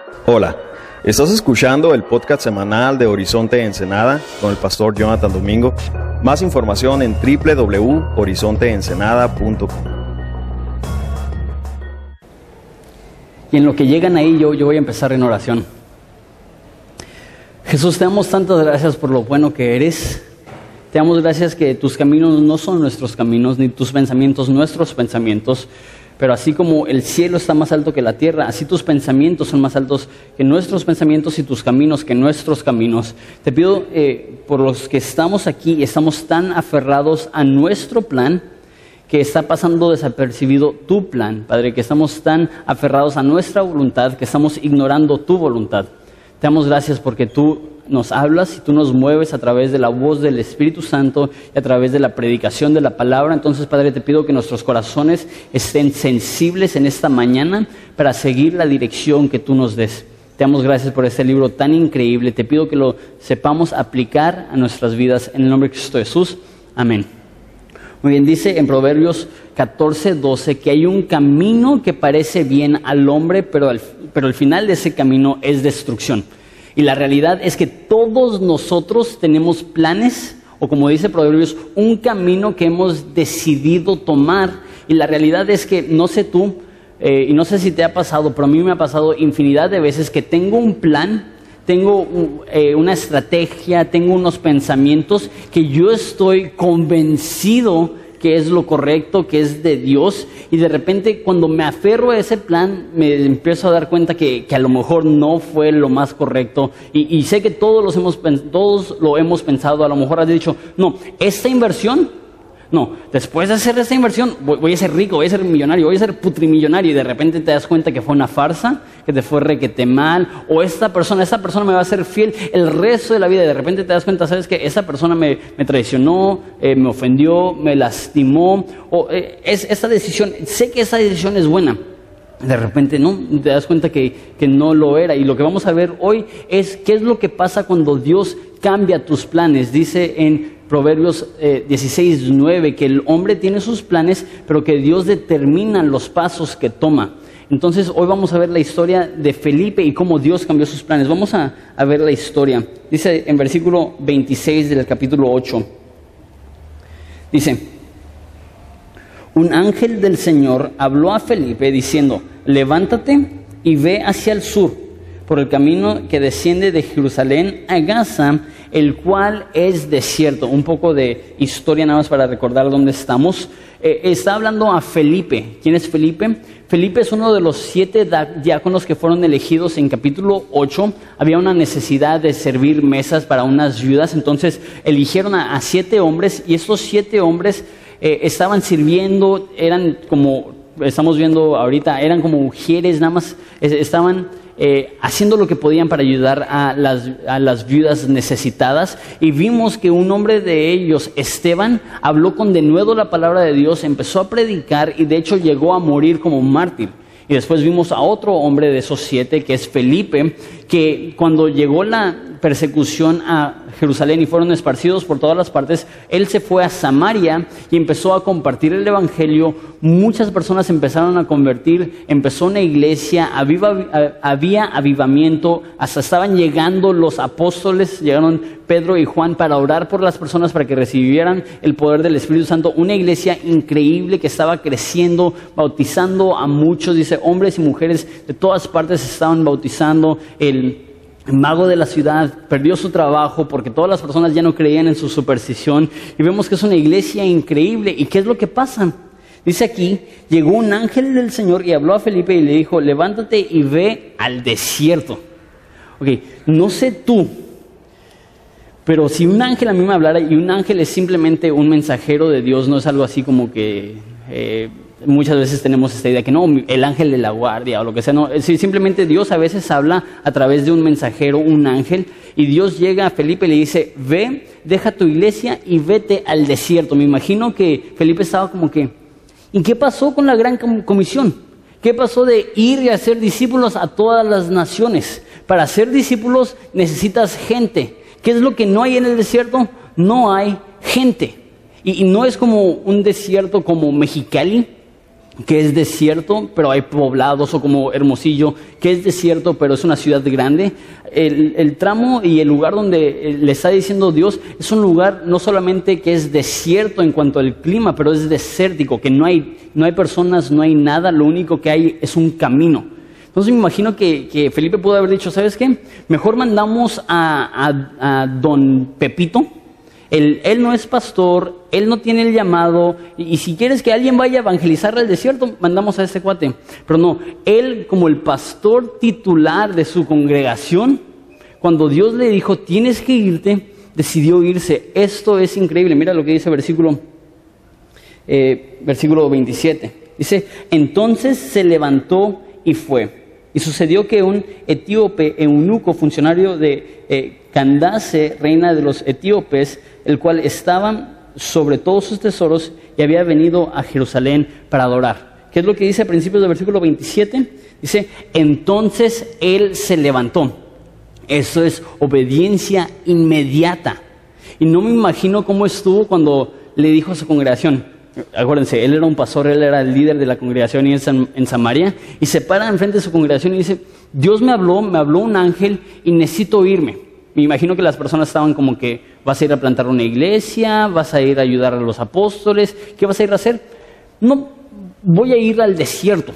Hola, estás escuchando el podcast semanal de Horizonte Ensenada con el pastor Jonathan Domingo. Más información en www.horizonteensenada.com. Y en lo que llegan ahí, yo voy a empezar en oración. Jesús, te damos tantas gracias por lo bueno que eres. Te damos gracias que tus caminos no son nuestros caminos, ni tus pensamientos nuestros pensamientos. Pero así como el cielo está más alto que la tierra, así tus pensamientos son más altos que nuestros pensamientos y tus caminos que nuestros caminos. Te pido por los que estamos aquí y estamos tan aferrados a nuestro plan, que está pasando desapercibido tu plan, Padre, que estamos tan aferrados a nuestra voluntad, que estamos ignorando tu voluntad. Te damos gracias porque tú nos hablas y tú nos mueves a través de la voz del Espíritu Santo y a través de la predicación de la palabra. Entonces, Padre, te pido que nuestros corazones estén sensibles en esta mañana para seguir la dirección que tú nos des. Te damos gracias por este libro tan increíble. Te pido que lo sepamos aplicar a nuestras vidas en el nombre de Cristo Jesús. Amén. Muy bien, dice en Proverbios 14:12 que hay un camino que parece bien al hombre, pero el final de ese camino es destrucción. Y la realidad es que todos nosotros tenemos planes, o como dice Proverbios, un camino que hemos decidido tomar. Y la realidad es que, no sé tú, y no sé si te ha pasado, pero a mí me ha pasado infinidad de veces que tengo un plan, tengo una estrategia, tengo unos pensamientos que yo estoy convencido que es lo correcto, que es de Dios, y de repente cuando me aferro a ese plan me empiezo a dar cuenta que a lo mejor no fue lo más correcto, y sé que todos lo hemos pensado. A lo mejor has dicho, no, esta inversión, no, después de hacer esta inversión voy a ser rico, voy a ser millonario, voy a ser putrimillonario, y de repente te das cuenta que fue una farsa, que te fue requete mal, o esta persona me va a ser fiel el resto de la vida, y de repente te das cuenta, sabes que esa persona me traicionó, me ofendió, me lastimó, o esta decisión, sé que esa decisión es buena. De repente no, te das cuenta que no lo era. Y lo que vamos a ver hoy es qué es lo que pasa cuando Dios cambia tus planes. Dice en Proverbios 16:9 que el hombre tiene sus planes, pero que Dios determina los pasos que toma. Entonces hoy vamos a ver la historia de Felipe y cómo Dios cambió sus planes. Vamos a ver la historia. Dice en versículo 26 del capítulo 8. Dice: un ángel del Señor habló a Felipe diciendo: levántate y ve hacia el sur, por el camino que desciende de Jerusalén a Gaza, el cual es desierto. Un poco de historia nada más para recordar dónde estamos. Está hablando a Felipe. ¿Quién es Felipe? Felipe es uno de los 7 diáconos que fueron elegidos en capítulo 8. Había una necesidad de servir mesas para unas viudas, entonces eligieron a 7 hombres, y estos 7 hombres estaban sirviendo, eran como estamos viendo ahorita, eran como mujeres, nada más estaban haciendo lo que podían para ayudar a las viudas necesitadas. Y vimos que un hombre de ellos, Esteban, habló con denuedo la palabra de Dios, empezó a predicar y de hecho llegó a morir como mártir. Y después vimos a otro hombre de esos 7, que es Felipe, que cuando llegó la persecución a Jerusalén y fueron esparcidos por todas las partes, él se fue a Samaria y empezó a compartir el evangelio. Muchas personas empezaron a convertir, empezó una iglesia, había avivamiento, hasta estaban llegando los apóstoles, llegaron Pedro y Juan para orar por las personas para que recibieran el poder del Espíritu Santo. Una iglesia increíble que estaba creciendo, bautizando a muchos, dice, hombres y mujeres de todas partes estaban bautizando. El mago de la ciudad perdió su trabajo porque todas las personas ya no creían en su superstición, y vemos que es una iglesia increíble. ¿Y qué es lo que pasa? Dice aquí, llegó un ángel del Señor y habló a Felipe y le dijo: levántate y ve al desierto. Ok, no sé tú, pero si un ángel a mí me hablara, y un ángel es simplemente un mensajero de Dios, no es algo así como que muchas veces tenemos esta idea que no, el ángel de la guardia o lo que sea, no, simplemente Dios a veces habla a través de un mensajero, un ángel, y Dios llega a Felipe y le dice: ve, deja tu iglesia y vete al desierto. Me imagino que Felipe estaba como que, ¿y qué pasó con la gran comisión? ¿Qué pasó de ir y hacer discípulos a todas las naciones? Para hacer discípulos necesitas gente. ¿Qué es lo que no hay en el desierto? No hay gente. Y no es como un desierto como Mexicali, que es desierto, pero hay poblados, o como Hermosillo, que es desierto, pero es una ciudad grande. El tramo y el lugar donde le está diciendo Dios es un lugar no solamente que es desierto en cuanto al clima, pero es desértico, que no hay personas, no hay nada, lo único que hay es un camino. Entonces me imagino que Felipe pudo haber dicho, ¿sabes qué? Mejor mandamos a don Pepito. Él no es pastor, él no tiene el llamado, y si quieres que alguien vaya a evangelizar al desierto, mandamos a ese cuate. Pero no, él como el pastor titular de su congregación, cuando Dios le dijo, tienes que irte, decidió irse. Esto es increíble, mira lo que dice versículo 27. Dice, entonces se levantó y fue. Y sucedió que un etíope eunuco, funcionario de Candace, reina de los etíopes, el cual estaba sobre todos sus tesoros y había venido a Jerusalén para adorar. ¿Qué es lo que dice a principios del versículo 27? Dice, entonces él se levantó. Eso es obediencia inmediata. Y no me imagino cómo estuvo cuando le dijo a su congregación. Acuérdense, él era un pastor, él era el líder de la congregación en Samaria, y se para enfrente de su congregación y dice, Dios me habló un ángel y necesito irme. Me imagino que las personas estaban como que, vas a ir a plantar una iglesia, vas a ir a ayudar a los apóstoles, ¿qué vas a ir a hacer? No, voy a ir al desierto.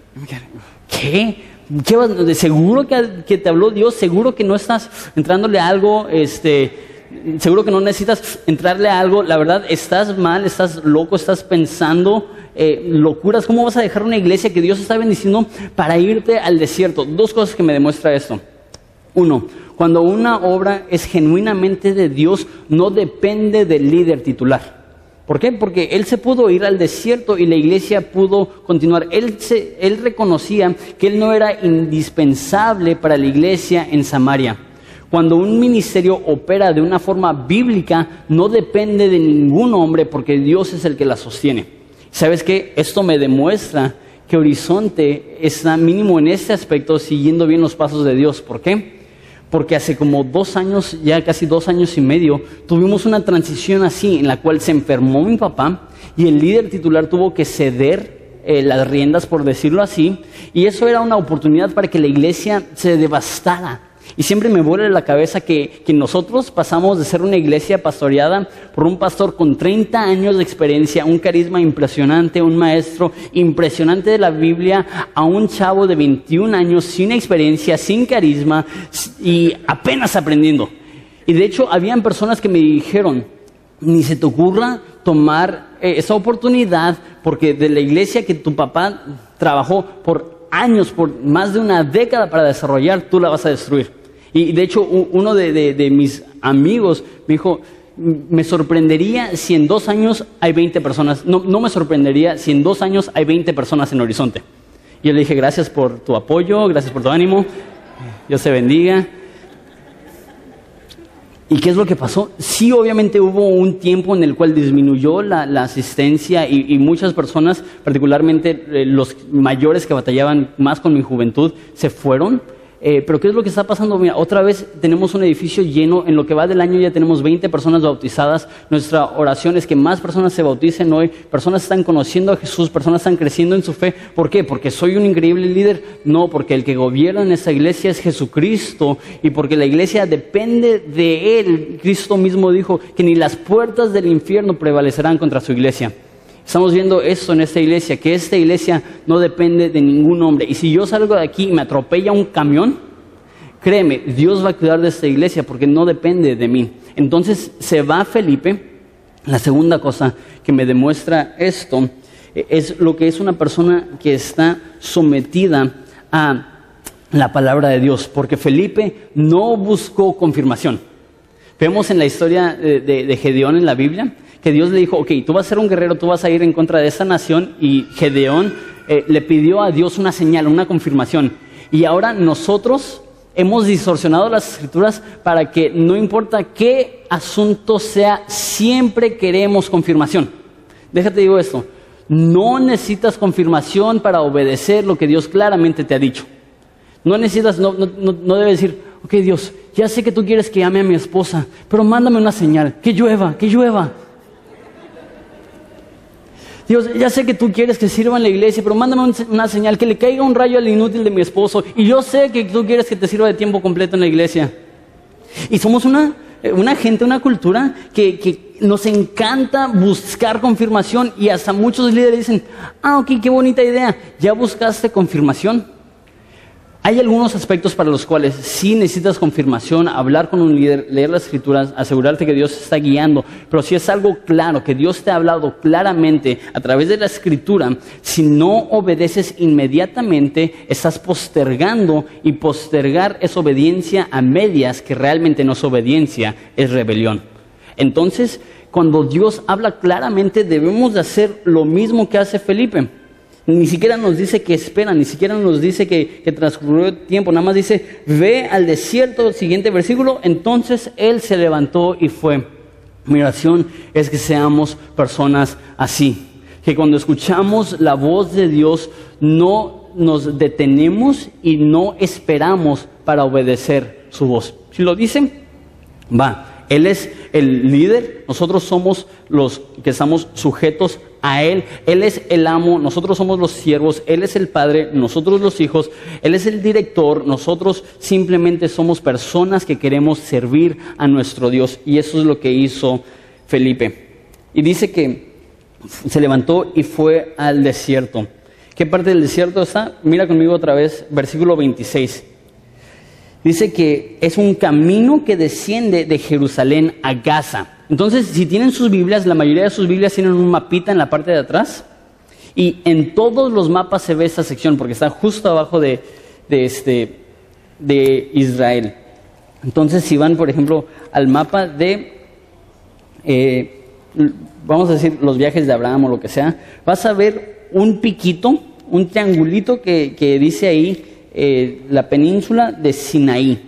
¿Qué? ¿De seguro que te habló Dios? ¿Seguro que no estás entrándole a algo, seguro que no necesitas entrarle a algo? La verdad, estás mal, estás loco, estás pensando locuras. ¿Cómo vas a dejar una iglesia que Dios está bendiciendo para irte al desierto? Dos cosas que me demuestra esto. Uno, cuando una obra es genuinamente de Dios, no depende del líder titular. ¿Por qué? Porque él se pudo ir al desierto y la iglesia pudo continuar. Él reconocía que él no era indispensable para la iglesia en Samaria. Cuando un ministerio opera de una forma bíblica, no depende de ningún hombre porque Dios es el que la sostiene. ¿Sabes qué? Esto me demuestra que Horizonte está mínimo en este aspecto siguiendo bien los pasos de Dios. ¿Por qué? Porque hace como 2 años, ya casi 2 años y medio, tuvimos una transición así en la cual se enfermó mi papá y el líder titular tuvo que ceder las riendas, por decirlo así, y eso era una oportunidad para que la iglesia se devastara. Y siempre me vuela la cabeza que nosotros pasamos de ser una iglesia pastoreada por un pastor con 30 años de experiencia, un carisma impresionante, un maestro impresionante de la Biblia, a un chavo de 21 años sin experiencia, sin carisma y apenas aprendiendo. Y de hecho, habían personas que me dijeron, ni se te ocurra tomar esa oportunidad porque de la iglesia que tu papá trabajó por años, por más de una década para desarrollar, tú la vas a destruir. Y de hecho, uno de mis amigos me dijo, me sorprendería si en 2 años hay 20 personas. No me sorprendería si en 2 años hay 20 personas en Horizonte. Y yo le dije, gracias por tu apoyo, gracias por tu ánimo, Dios te bendiga. ¿Y qué es lo que pasó? Sí, obviamente hubo un tiempo en el cual disminuyó la asistencia y muchas personas, particularmente los mayores que batallaban más con mi juventud, se fueron. Pero ¿qué es lo que está pasando? Mira, otra vez tenemos un edificio lleno. En lo que va del año ya tenemos 20 personas bautizadas. Nuestra oración es que más personas se bauticen hoy. Personas están conociendo a Jesús, personas están creciendo en su fe. ¿Por qué? ¿Porque soy un increíble líder? No, porque el que gobierna en esta iglesia es Jesucristo y porque la iglesia depende de Él. Cristo mismo dijo que ni las puertas del infierno prevalecerán contra su iglesia. Estamos viendo esto en esta iglesia, que esta iglesia no depende de ningún hombre. Y si yo salgo de aquí y me atropella un camión, créeme, Dios va a cuidar de esta iglesia porque no depende de mí. Entonces se va Felipe. La segunda cosa que me demuestra esto es lo que es una persona que está sometida a la palabra de Dios. Porque Felipe no buscó confirmación. Vemos en la historia de Gedeón en la Biblia que Dios le dijo, ok, tú vas a ser un guerrero, tú vas a ir en contra de esta nación, y Gedeón le pidió a Dios una señal, una confirmación. Y ahora nosotros hemos distorsionado las escrituras para que no importa qué asunto sea, siempre queremos confirmación. Déjate digo esto, no necesitas confirmación para obedecer lo que Dios claramente te ha dicho. No necesitas, no debes decir, ok Dios, ya sé que tú quieres que ame a mi esposa, pero mándame una señal, que llueva, que llueva. Dios, ya sé que tú quieres que sirva en la iglesia, pero mándame una señal, que le caiga un rayo al inútil de mi esposo. Y yo sé que tú quieres que te sirva de tiempo completo en la iglesia. Y somos una gente, una cultura que nos encanta buscar confirmación. Y hasta muchos líderes dicen, ok, qué bonita idea. ¿Ya buscaste confirmación? Hay algunos aspectos para los cuales sí necesitas confirmación, hablar con un líder, leer las escrituras, asegurarte que Dios te está guiando. Pero si es algo claro, que Dios te ha hablado claramente a través de la escritura, si no obedeces inmediatamente, estás postergando, y postergar es obediencia a medias, que realmente no es obediencia, es rebelión. Entonces, cuando Dios habla claramente, debemos de hacer lo mismo que hace Felipe. Ni siquiera nos dice que espera, ni siquiera nos dice que transcurrió tiempo, nada más dice, ve al desierto, siguiente versículo, entonces él se levantó y fue. Mi oración es que seamos personas así, que cuando escuchamos la voz de Dios no nos detenemos y no esperamos para obedecer su voz. Si lo dicen, va. Él es el líder, nosotros somos los que estamos sujetos a Él. Él es el amo, nosotros somos los siervos. Él es el padre, nosotros los hijos. Él es el director, nosotros simplemente somos personas que queremos servir a nuestro Dios. Y eso es lo que hizo Felipe. Y dice que se levantó y fue al desierto. ¿Qué parte del desierto está? Mira conmigo otra vez, versículo 26. Dice que es un camino que desciende de Jerusalén a Gaza. Entonces, si tienen sus Biblias, la mayoría de sus Biblias tienen un mapita en la parte de atrás. Y en todos los mapas se ve esta sección, porque está justo abajo de Israel. Entonces, si van, por ejemplo, al mapa de, vamos a decir, los viajes de Abraham o lo que sea, vas a ver un piquito, un triangulito que dice ahí, la península de Sinaí.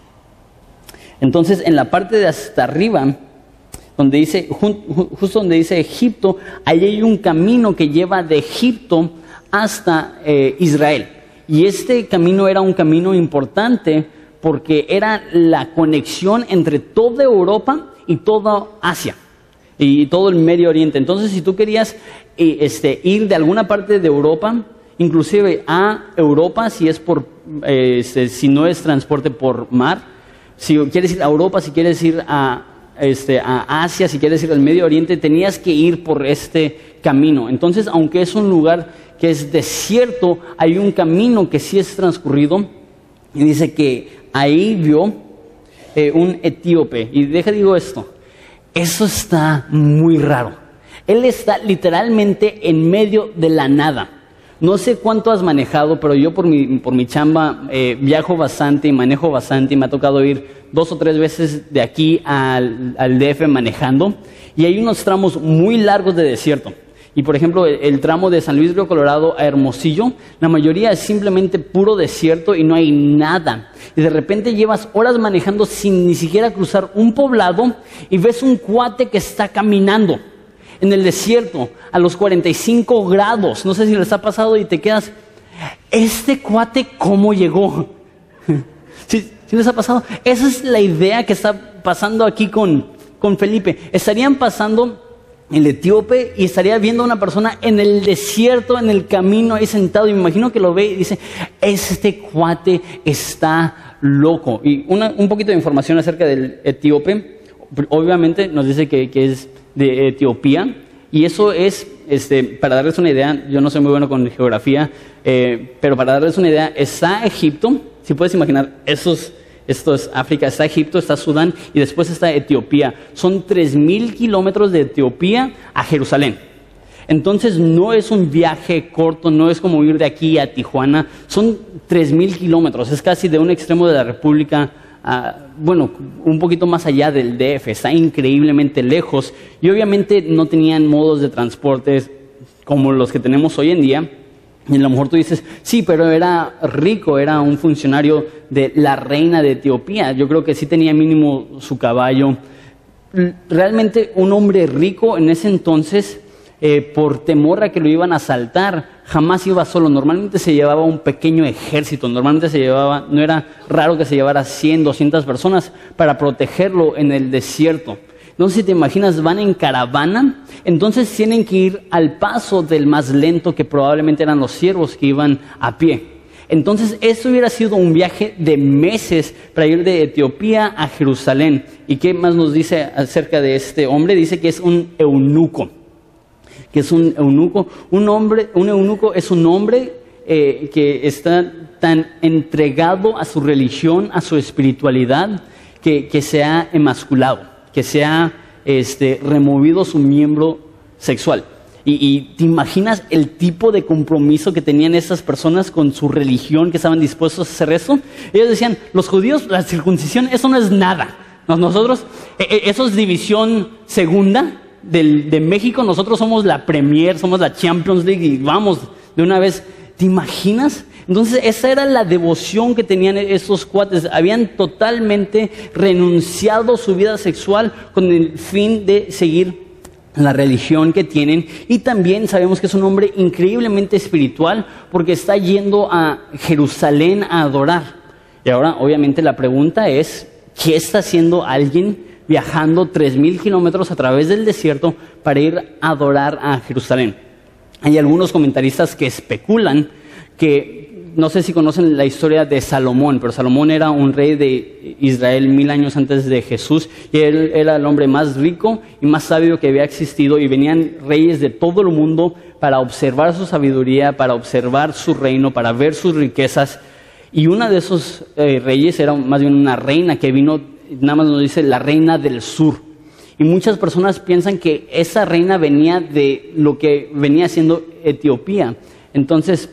Entonces, en la parte de hasta arriba, donde dice, justo donde dice Egipto, ahí hay un camino que lleva de Egipto hasta Israel. Y este camino era un camino importante porque era la conexión entre toda Europa y toda Asia y todo el Medio Oriente. Entonces, si tú querías ir de alguna parte de Europa, inclusive a Europa, si es si no es transporte por mar, si quieres ir a Europa, si quieres ir a Asia, si quieres ir al Medio Oriente, tenías que ir por este camino. Entonces, aunque es un lugar que es desierto, hay un camino que sí es transcurrido, y dice que ahí vio un etíope. Y digo esto, eso está muy raro. Él está literalmente en medio de la nada. No sé cuánto has manejado, pero yo por mi chamba viajo bastante y manejo bastante, y me ha tocado ir 2 o 3 veces de aquí al DF manejando, y hay unos tramos muy largos de desierto. Y por ejemplo, el tramo de San Luis Río Colorado a Hermosillo, la mayoría es simplemente puro desierto y no hay nada. Y de repente llevas horas manejando sin ni siquiera cruzar un poblado y ves un cuate que está caminando en el desierto a los 45 grados. No sé si les ha pasado y te quedas, ¿este cuate cómo llegó? ¿Sí les ha pasado? Esa es la idea que está pasando aquí con Felipe. Estarían pasando el etíope y estaría viendo a una persona en el desierto, en el camino, ahí sentado. Y me imagino que lo ve y dice, este cuate está loco. Y un poquito de información acerca del etíope. Obviamente nos dice que es de Etiopía, y eso es, para darles una idea, yo no soy muy bueno con geografía, pero para darles una idea, está Egipto, si puedes imaginar, esto es África, está Egipto, está Sudán, y después está Etiopía. Son 3,000 kilómetros de Etiopía a Jerusalén. Entonces no es un viaje corto, no es como ir de aquí a Tijuana, son 3,000 kilómetros, es casi de un extremo de la República, un poquito más allá del DF, está increíblemente lejos, y obviamente no tenían modos de transporte como los que tenemos hoy en día. Y a lo mejor tú dices, sí, pero era rico, era un funcionario de la reina de Etiopía, yo creo que sí tenía mínimo su caballo. Realmente un hombre rico en ese entonces, por temor a que lo iban a asaltar, jamás iba solo. Normalmente se llevaba un pequeño ejército, no era raro que se llevara 100, 200 personas para protegerlo en el desierto. No sé si te imaginas, van en caravana, entonces tienen que ir al paso del más lento, que probablemente eran los siervos que iban a pie. Entonces, eso hubiera sido un viaje de meses para ir de Etiopía a Jerusalén. ¿Y qué más nos dice acerca de este hombre? Dice que es un eunuco. ¿Qué es un eunuco? Un eunuco es un hombre que está tan entregado a su religión, a su espiritualidad, que se ha emasculado, que se ha removido su miembro sexual. Y te imaginas el tipo de compromiso que tenían esas personas con su religión, que estaban dispuestos a hacer eso. Ellos decían, los judíos, la circuncisión, eso no es nada. Nosotros, eso es división segunda de México. Nosotros somos la Premier, somos la Champions League y vamos de una vez. ¿Te imaginas? Entonces esa era la devoción que tenían esos cuates. Habían totalmente renunciado a su vida sexual con el fin de seguir la religión que tienen. Y también sabemos que es un hombre increíblemente espiritual porque está yendo a Jerusalén a adorar. Y ahora obviamente la pregunta es, ¿qué está haciendo alguien viajando 3,000 kilómetros a través del desierto para ir a adorar a Jerusalén? Hay algunos comentaristas que especulan que, no sé si conocen la historia de Salomón, pero Salomón era un rey de Israel 1000 años antes de Jesús, y él era el hombre más rico y más sabio que había existido, y venían reyes de todo el mundo para observar su sabiduría, para observar su reino, para ver sus riquezas. Y una de esos reyes era más bien una reina que vino, nada más nos dice, la reina del sur. Y muchas personas piensan que esa reina venía de lo que venía siendo Etiopía. Entonces,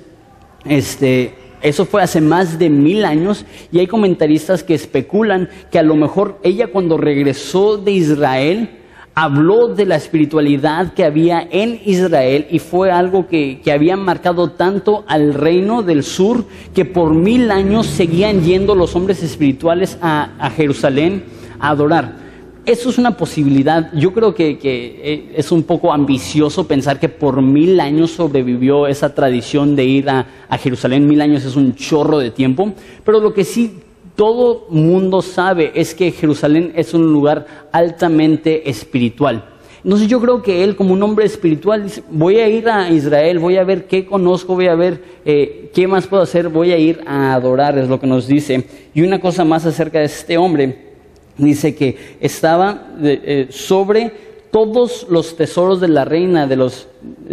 eso fue hace más de 1000 años, y hay comentaristas que especulan que a lo mejor ella, cuando regresó de Israel, habló de la espiritualidad que había en Israel, y fue algo que había marcado tanto al reino del sur, que por 1000 años seguían yendo los hombres espirituales a Jerusalén a adorar. Eso es una posibilidad. Yo creo que es un poco ambicioso pensar que por 1000 años sobrevivió esa tradición de ir a Jerusalén. 1000 años es un chorro de tiempo, pero lo que sí todo mundo sabe es que Jerusalén es un lugar altamente espiritual. Entonces yo creo que él, como un hombre espiritual, dice, voy a ir a Israel, voy a ver qué conozco, voy a ver qué más puedo hacer, voy a ir a adorar, es lo que nos dice. Y una cosa más acerca de este hombre, dice que estaba sobre todos los tesoros de la reina de los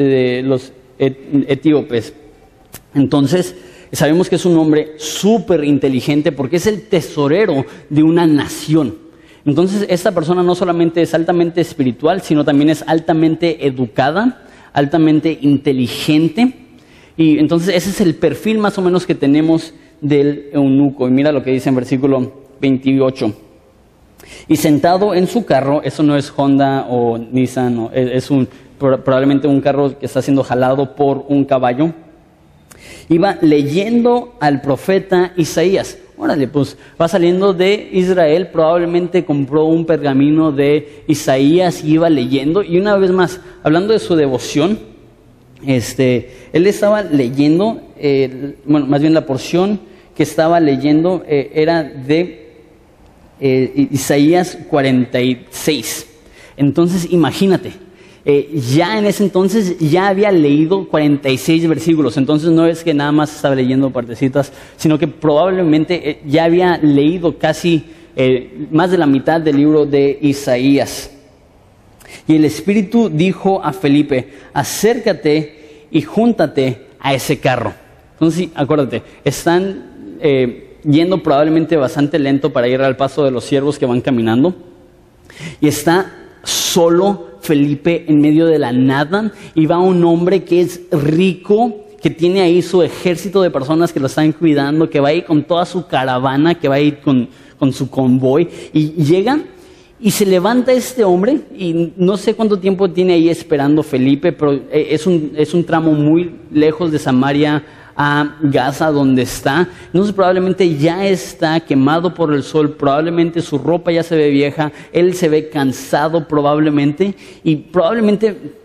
etíopes. Entonces, sabemos que es un hombre súper inteligente porque es el tesorero de una nación. Entonces, esta persona no solamente es altamente espiritual, sino también es altamente educada, altamente inteligente. Y entonces, ese es el perfil más o menos que tenemos del eunuco. Y mira lo que dice en versículo 28. Y sentado en su carro, eso no es Honda o Nissan, es probablemente un carro que está siendo jalado por un caballo, iba leyendo al profeta Isaías. Órale, pues va saliendo de Israel, probablemente compró un pergamino de Isaías y iba leyendo. Y una vez más, hablando de su devoción, él estaba leyendo, más bien la porción que estaba leyendo era de Isaías 46. Entonces imagínate, ya en ese entonces ya había leído 46 versículos. Entonces no es que nada más estaba leyendo partecitas, sino que probablemente ya había leído casi más de la mitad del libro de Isaías. Y el Espíritu dijo a Felipe, acércate y júntate a ese carro. Entonces sí, acuérdate, están yendo probablemente bastante lento para ir al paso de los siervos que van caminando, y está solo Felipe en medio de la nada, y va un hombre que es rico, que tiene ahí su ejército de personas que lo están cuidando, que va a ir con toda su caravana, que va a ir con su convoy, y llega y se levanta este hombre, y no sé cuánto tiempo tiene ahí esperando Felipe, pero es un tramo muy lejos de Samaria a Gaza, donde está. Entonces probablemente ya está quemado por el sol, probablemente su ropa ya se ve vieja, él se ve cansado probablemente, y probablemente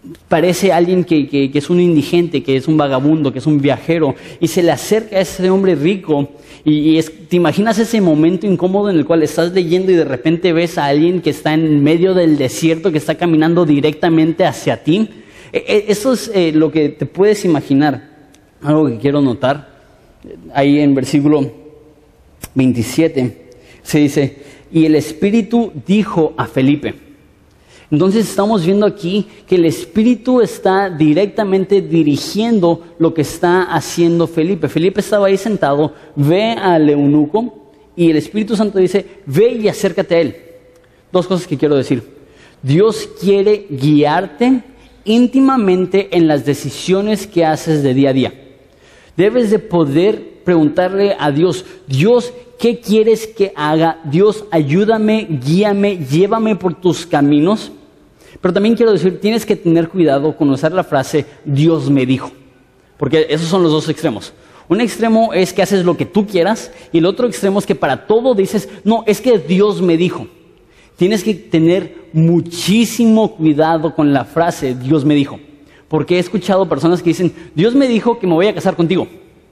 parece alguien que es un indigente, que es un vagabundo, que es un viajero, y se le acerca a ese hombre rico, te imaginas ese momento incómodo en el cual estás leyendo y de repente ves a alguien que está en medio del desierto, que está caminando directamente hacia ti. Eso es lo que te puedes imaginar. Algo que quiero notar, ahí en versículo 27, se dice, y el Espíritu dijo a Felipe. Entonces estamos viendo aquí que el Espíritu está directamente dirigiendo lo que está haciendo Felipe. Felipe estaba ahí sentado, ve al eunuco y el Espíritu Santo dice, ve y acércate a él. Dos cosas que quiero decir. Dios quiere guiarte íntimamente en las decisiones que haces de día a día. Debes de poder preguntarle a Dios, Dios, ¿qué quieres que haga? Dios, ayúdame, guíame, llévame por tus caminos. Pero también quiero decir, tienes que tener cuidado con usar la frase, Dios me dijo. Porque esos son los dos extremos. Un extremo es que haces lo que tú quieras y el otro extremo es que para todo dices, no, es que Dios me dijo. Tienes que tener muchísimo cuidado con la frase, Dios me dijo. Porque he escuchado personas que dicen, Dios me dijo que me voy a casar contigo.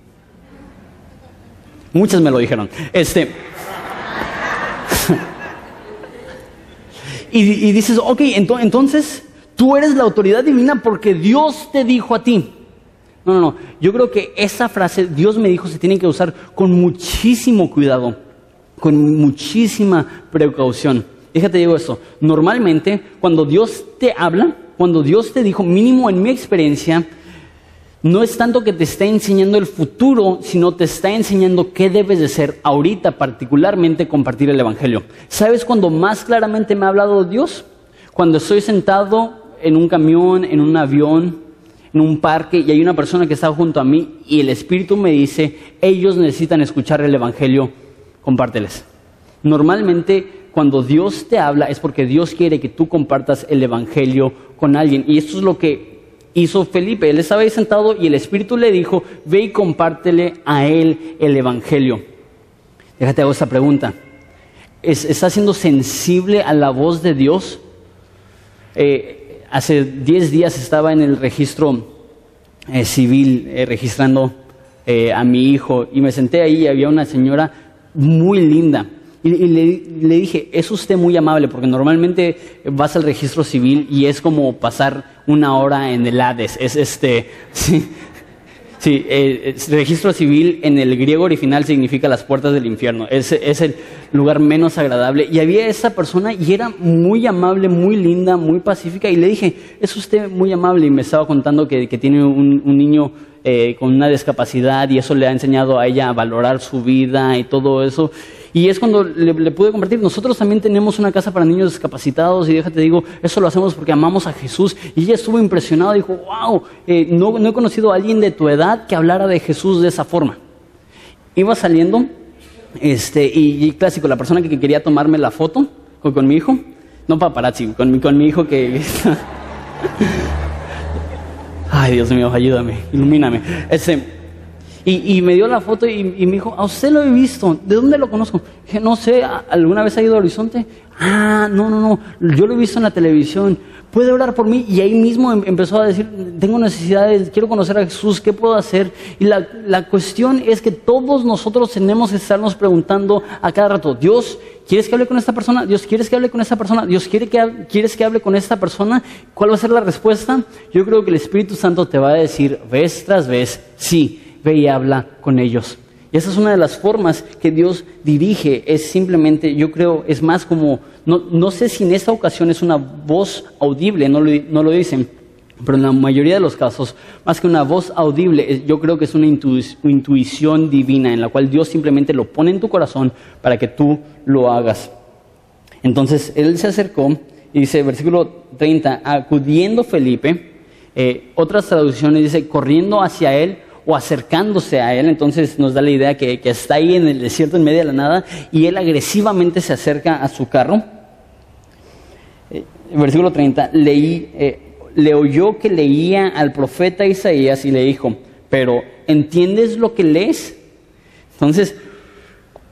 Muchas me lo dijeron. Y dices, ok, entonces tú eres la autoridad divina porque Dios te dijo a ti. No. Yo creo que esa frase, Dios me dijo, se tiene que usar con muchísimo cuidado, con muchísima precaución. Déjate digo esto, normalmente cuando Dios te habla, cuando Dios te dijo, mínimo en mi experiencia, no es tanto que te está enseñando el futuro, sino te está enseñando qué debes de ser ahorita, particularmente compartir el Evangelio. ¿Sabes cuándo más claramente me ha hablado Dios? Cuando estoy sentado en un camión, en un avión, en un parque y hay una persona que está junto a mí y el Espíritu me dice, ellos necesitan escuchar el Evangelio, compárteles. Normalmente cuando Dios te habla es porque Dios quiere que tú compartas el Evangelio con alguien. Y esto es lo que hizo Felipe. Él estaba ahí sentado y el Espíritu le dijo, ve y compártele a él el Evangelio. Déjate hago esta pregunta. ¿Estás siendo sensible a la voz de Dios? Hace 10 días estaba en el registro civil registrando a mi hijo y me senté ahí y había una señora muy linda. Y le dije, es usted muy amable, porque normalmente vas al registro civil y es como pasar una hora en el Hades. Registro civil en el griego original significa las puertas del infierno. Es el lugar menos agradable. Y había esa persona y era muy amable, muy linda, muy pacífica. Y le dije, es usted muy amable. Y me estaba contando que tiene un niño con una discapacidad y eso le ha enseñado a ella a valorar su vida y todo eso. Y es cuando le pude compartir, nosotros también tenemos una casa para niños discapacitados y déjate digo, eso lo hacemos porque amamos a Jesús. Y ella estuvo impresionada, dijo, wow, no he conocido a alguien de tu edad que hablara de Jesús de esa forma. Iba saliendo, y clásico, la persona que quería tomarme la foto con mi hijo, no paparazzi, con mi hijo que... Ay, Dios mío, ayúdame, ilumíname. Y me dio la foto y me dijo, ¿a usted lo he visto? ¿De dónde lo conozco? Dije, no sé, ¿alguna vez ha ido a Horizonte? Ah, no, yo lo he visto en la televisión. ¿Puede orar por mí? Y ahí mismo empezó a decir, tengo necesidades, quiero conocer a Jesús, ¿qué puedo hacer? Y la cuestión es que todos nosotros tenemos que estarnos preguntando a cada rato, Dios, ¿quieres que hable con esta persona? Dios, ¿quieres que hable con esta persona? Dios, ¿quieres que hable con esta persona? ¿Cuál va a ser la respuesta? Yo creo que el Espíritu Santo te va a decir vez tras vez, sí, ve y habla con ellos. Y esa es una de las formas que Dios dirige, es simplemente, yo creo, es más como, no sé si en esta ocasión es una voz audible, no lo dicen, pero en la mayoría de los casos, más que una voz audible, yo creo que es una intuición divina en la cual Dios simplemente lo pone en tu corazón para que tú lo hagas. Entonces, él se acercó y dice, versículo 30, acudiendo Felipe, otras traducciones dice, corriendo hacia él, o acercándose a él, entonces nos da la idea que está ahí en el desierto en medio de la nada y él agresivamente se acerca a su carro. Versículo 30, le oyó que leía al profeta Isaías y le dijo, pero ¿entiendes lo que lees? Entonces,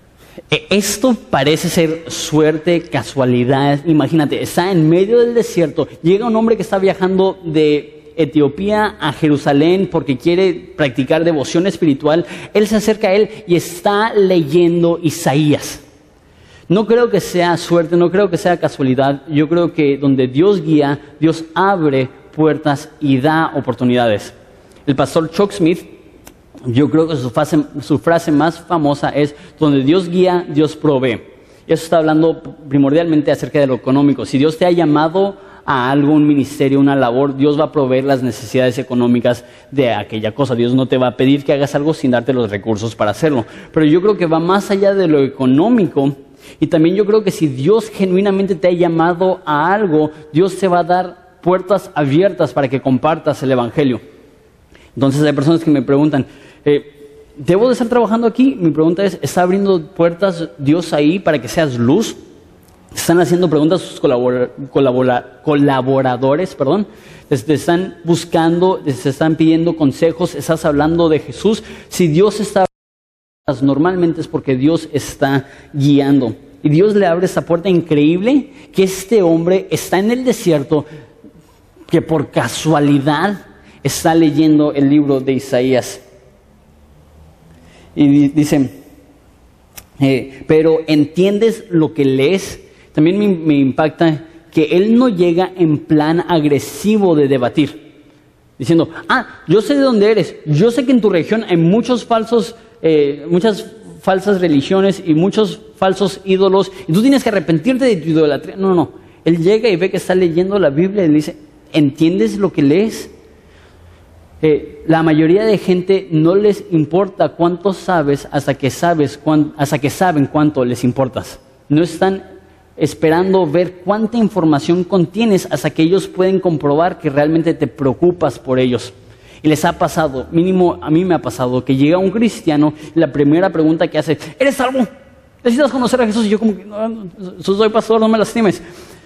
Esto parece ser suerte, casualidad. Imagínate, está en medio del desierto, llega un hombre que está viajando de Etiopía a Jerusalén porque quiere practicar devoción espiritual. Él se acerca a él y está leyendo Isaías. No creo que sea suerte, no creo que sea casualidad. Yo creo que donde Dios guía, Dios abre puertas y da oportunidades. El pastor Chuck Smith, yo creo que su frase más famosa es: donde Dios guía, Dios provee. Y eso está hablando primordialmente acerca de lo económico. Si Dios te ha llamado a algo, un ministerio, una labor, Dios va a proveer las necesidades económicas de aquella cosa. Dios no te va a pedir que hagas algo sin darte los recursos para hacerlo. Pero yo creo que va más allá de lo económico. Y también yo creo que si Dios genuinamente te ha llamado a algo, Dios te va a dar puertas abiertas para que compartas el evangelio. Entonces hay personas que me preguntan, ¿debo de estar trabajando aquí? Mi pregunta es, ¿está abriendo puertas Dios ahí para que seas luz? Están haciendo preguntas sus colaboradores, te están buscando, te están pidiendo consejos, estás hablando de Jesús. Si Dios está abriendo, normalmente es porque Dios está guiando. Y Dios le abre esa puerta increíble que este hombre está en el desierto, que por casualidad está leyendo el libro de Isaías. Y dice, pero ¿entiendes lo que lees? También me impacta que él no llega en plan agresivo de debatir, diciendo, yo sé de dónde eres, yo sé que en tu región hay muchas falsas religiones y muchos falsos ídolos, y tú tienes que arrepentirte de tu idolatría. No. Él llega y ve que está leyendo la Biblia y le dice, ¿entiendes lo que lees? La mayoría de gente no les importa cuánto sabes hasta que saben cuánto les importas. No están esperando ver cuánta información contienes hasta que ellos pueden comprobar que realmente te preocupas por ellos. Y les ha pasado, mínimo a mí me ha pasado, que llega un cristiano y la primera pregunta que hace, ¿eres salvo? ¿Necesitas conocer a Jesús? Y yo como que, no, soy pastor, no me lastimes.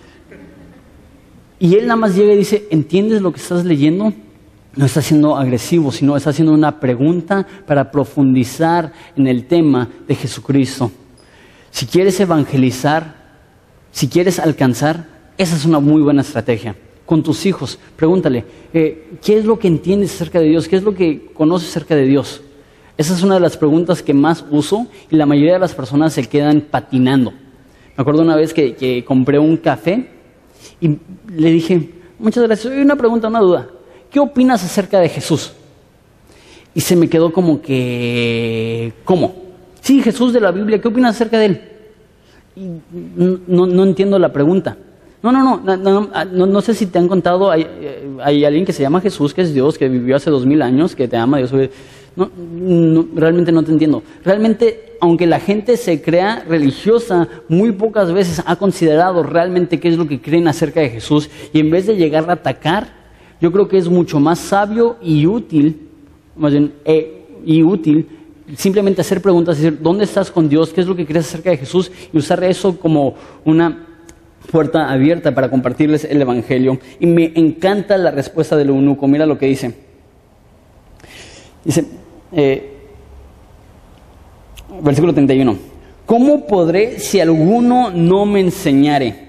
Y él nada más llega y dice, ¿entiendes lo que estás leyendo? No está siendo agresivo, sino está haciendo una pregunta para profundizar en el tema de Jesucristo. Si quieres evangelizar, si quieres alcanzar, esa es una muy buena estrategia. Con tus hijos, pregúntale, ¿qué es lo que entiendes acerca de Dios? ¿Qué es lo que conoces acerca de Dios? Esa es una de las preguntas que más uso y la mayoría de las personas se quedan patinando. Me acuerdo una vez que compré un café y le dije, muchas gracias, una pregunta, una duda. ¿Qué opinas acerca de Jesús? Y se me quedó como que, ¿cómo? Sí, Jesús de la Biblia, ¿qué opinas acerca de él? Y no entiendo la pregunta. No sé si te han contado, hay alguien que se llama Jesús, que es Dios, que vivió hace 2000 años, que te ama Dios. Realmente no te entiendo. Realmente, aunque la gente se crea religiosa, muy pocas veces ha considerado realmente qué es lo que creen acerca de Jesús. Y en vez de llegar a atacar, yo creo que es mucho más sabio y útil, simplemente hacer preguntas, decir, ¿dónde estás con Dios? ¿Qué es lo que crees acerca de Jesús? Y usar eso como una puerta abierta para compartirles el evangelio. Y me encanta la respuesta del eunuco. Mira lo que dice. Dice, versículo 31. ¿Cómo podré si alguno no me enseñare?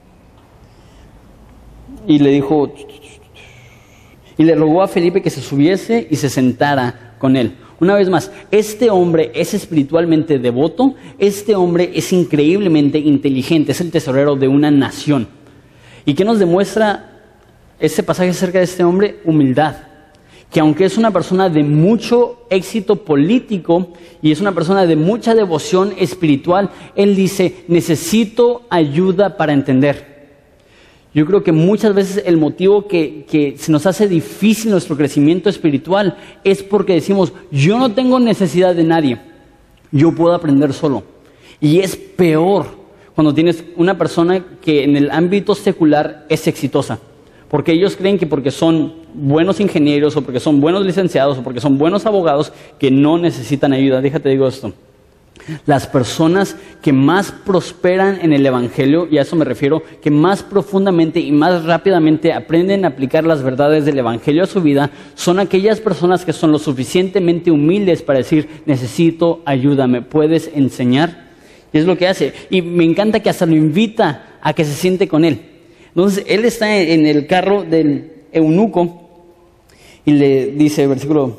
Y le dijo, y le rogó a Felipe que se subiese y se sentara con él. Una vez más, este hombre es espiritualmente devoto, este hombre es increíblemente inteligente, es el tesorero de una nación. ¿Y qué nos demuestra este pasaje acerca de este hombre? Humildad. Que aunque es una persona de mucho éxito político y es una persona de mucha devoción espiritual, él dice, necesito ayuda para entender. Yo creo que muchas veces el motivo que se nos hace difícil nuestro crecimiento espiritual es porque decimos, yo no tengo necesidad de nadie, yo puedo aprender solo. Y es peor cuando tienes una persona que en el ámbito secular es exitosa, porque ellos creen que porque son buenos ingenieros o porque son buenos licenciados o porque son buenos abogados que no necesitan ayuda. Déjate digo esto. Las personas que más prosperan en el evangelio, y a eso me refiero, que más profundamente y más rápidamente aprenden a aplicar las verdades del evangelio a su vida, son aquellas personas que son lo suficientemente humildes para decir, necesito ayuda, ¿me puedes enseñar? Y es lo que hace. Y me encanta que hasta lo invita a que se siente con él. Entonces, él está en el carro del eunuco y le dice, versículo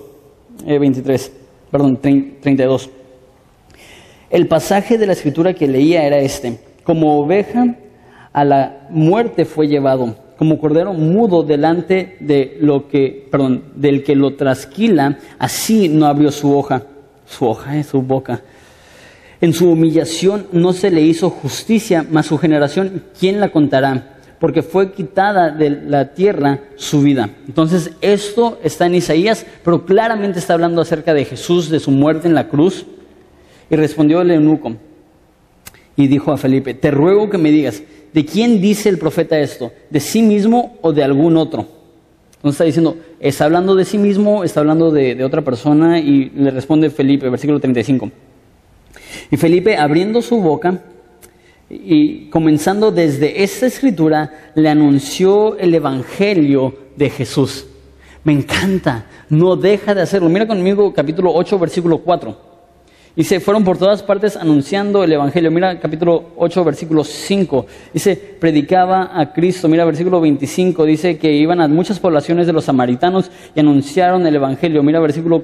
32. El pasaje de la escritura que leía era este: como oveja a la muerte fue llevado, como cordero mudo delante del que lo trasquila, así no abrió su boca. En su humillación no se le hizo justicia, mas su generación, ¿quién la contará? Porque fue quitada de la tierra su vida. Entonces, esto está en Isaías, pero claramente está hablando acerca de Jesús, de su muerte en la cruz. Y respondió el eunuco y dijo a Felipe: te ruego que me digas, ¿de quién dice el profeta esto? ¿De sí mismo o de algún otro? Entonces está diciendo, ¿está hablando de sí mismo? ¿Está hablando de otra persona? Y le responde Felipe, versículo 35. Y Felipe, abriendo su boca y comenzando desde esta escritura, le anunció el evangelio de Jesús. Me encanta, no deja de hacerlo. Mira conmigo capítulo 8, versículo 4. Dice, fueron por todas partes anunciando el evangelio. Mira capítulo 8, versículo 5. Dice, predicaba a Cristo. Mira versículo 25. Dice que iban a muchas poblaciones de los samaritanos y anunciaron el evangelio. Mira versículo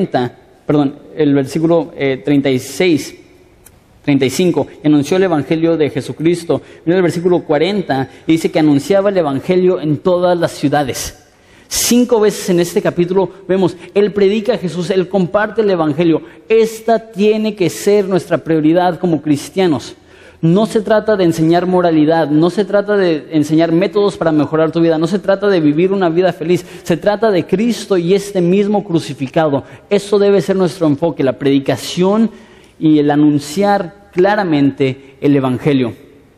35, y anunció el evangelio de Jesucristo. Mira el versículo 40, y dice que anunciaba el evangelio en todas las ciudades. 5 veces en este capítulo vemos, Él predica a Jesús, Él comparte el evangelio. Esta tiene que ser nuestra prioridad como cristianos. No se trata de enseñar moralidad, no se trata de enseñar métodos para mejorar tu vida, no se trata de vivir una vida feliz, se trata de Cristo y este mismo crucificado. Eso debe ser nuestro enfoque, la predicación y el anunciar claramente el evangelio.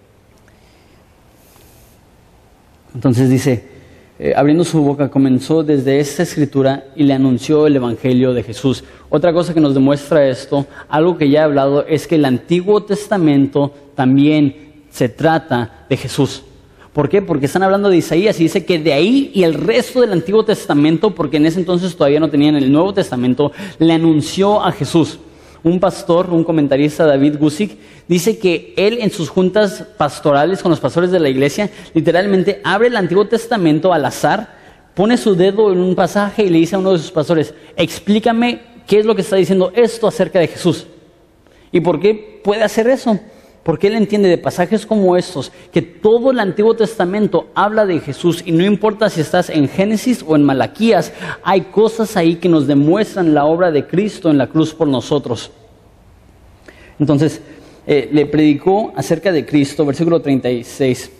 Entonces dice, abriendo su boca comenzó desde esta escritura y le anunció el evangelio de Jesús. Otra cosa que nos demuestra esto, algo que ya he hablado, es que el Antiguo Testamento también se trata de Jesús. ¿Por qué? Porque están hablando de Isaías y dice que de ahí y el resto del Antiguo Testamento, porque en ese entonces todavía no tenían el Nuevo Testamento, le anunció a Jesús. Un pastor, un comentarista, David Guzik, dice que él en sus juntas pastorales con los pastores de la iglesia, literalmente abre el Antiguo Testamento al azar, pone su dedo en un pasaje y le dice a uno de sus pastores, explícame qué es lo que está diciendo esto acerca de Jesús. ¿Y por qué puede hacer eso? Porque él entiende de pasajes como estos, que todo el Antiguo Testamento habla de Jesús y no importa si estás en Génesis o en Malaquías, hay cosas ahí que nos demuestran la obra de Cristo en la cruz por nosotros. Entonces, le predicó acerca de Cristo, versículo 36.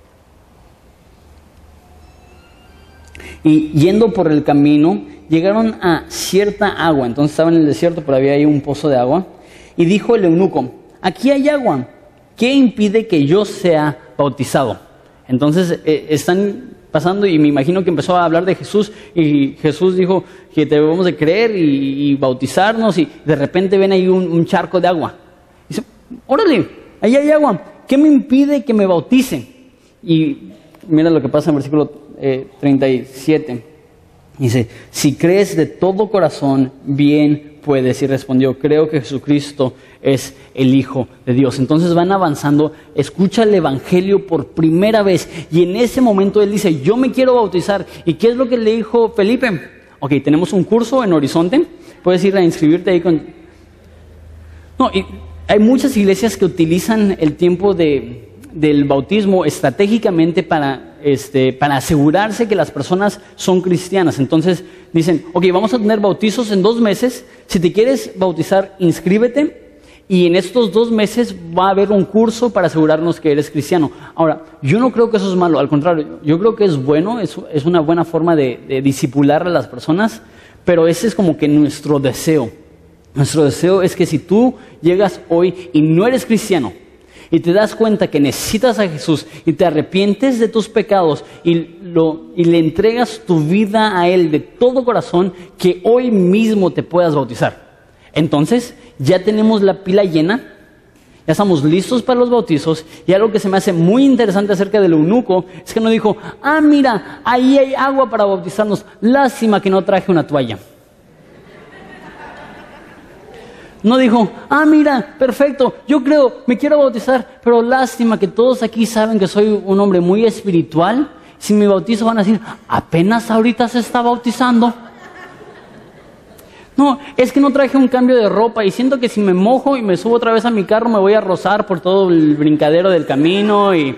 Y yendo por el camino, llegaron a cierta agua. Entonces estaban en el desierto, pero había ahí un pozo de agua. Y dijo el eunuco, aquí hay agua, ¿qué impide que yo sea bautizado? Entonces están pasando y me imagino que empezó a hablar de Jesús y Jesús dijo que debemos de creer y bautizarnos y de repente ven ahí un charco de agua. Dice, órale, ahí hay agua, ¿qué me impide que me bautice? Y mira lo que pasa en el versículo 37. Dice, si crees de todo corazón, bien puedes. Y respondió, creo que Jesucristo es el Hijo de Dios. Entonces van avanzando, escucha el evangelio por primera vez y en ese momento él dice, yo me quiero bautizar. ¿Y qué es lo que le dijo Felipe? Ok, tenemos un curso en Horizonte, puedes ir a inscribirte ahí con... No, y hay muchas iglesias que utilizan el tiempo del bautismo estratégicamente para asegurarse que las personas son cristianas. Entonces dicen, ok, vamos a tener bautizos en 2 meses, si te quieres bautizar, inscríbete y en estos 2 meses va a haber un curso para asegurarnos que eres cristiano. Ahora, yo no creo que eso es malo, al contrario, yo creo que es bueno, es una buena forma de discipular a las personas, pero ese es como que nuestro deseo. Nuestro deseo es que si tú llegas hoy y no eres cristiano, y te das cuenta que necesitas a Jesús y te arrepientes de tus pecados y le entregas tu vida a Él de todo corazón, que hoy mismo te puedas bautizar. Entonces ya tenemos la pila llena, ya estamos listos para los bautizos. Y algo que se me hace muy interesante acerca del eunuco es que no dijo, mira, ahí hay agua para bautizarnos, lástima que no traje una toalla. No dijo, mira, perfecto, yo creo, me quiero bautizar, pero lástima que todos aquí saben que soy un hombre muy espiritual. Si me bautizo van a decir, apenas ahorita se está bautizando. No, es que no traje un cambio de ropa y siento que si me mojo y me subo otra vez a mi carro me voy a rozar por todo el brincadero del camino. Y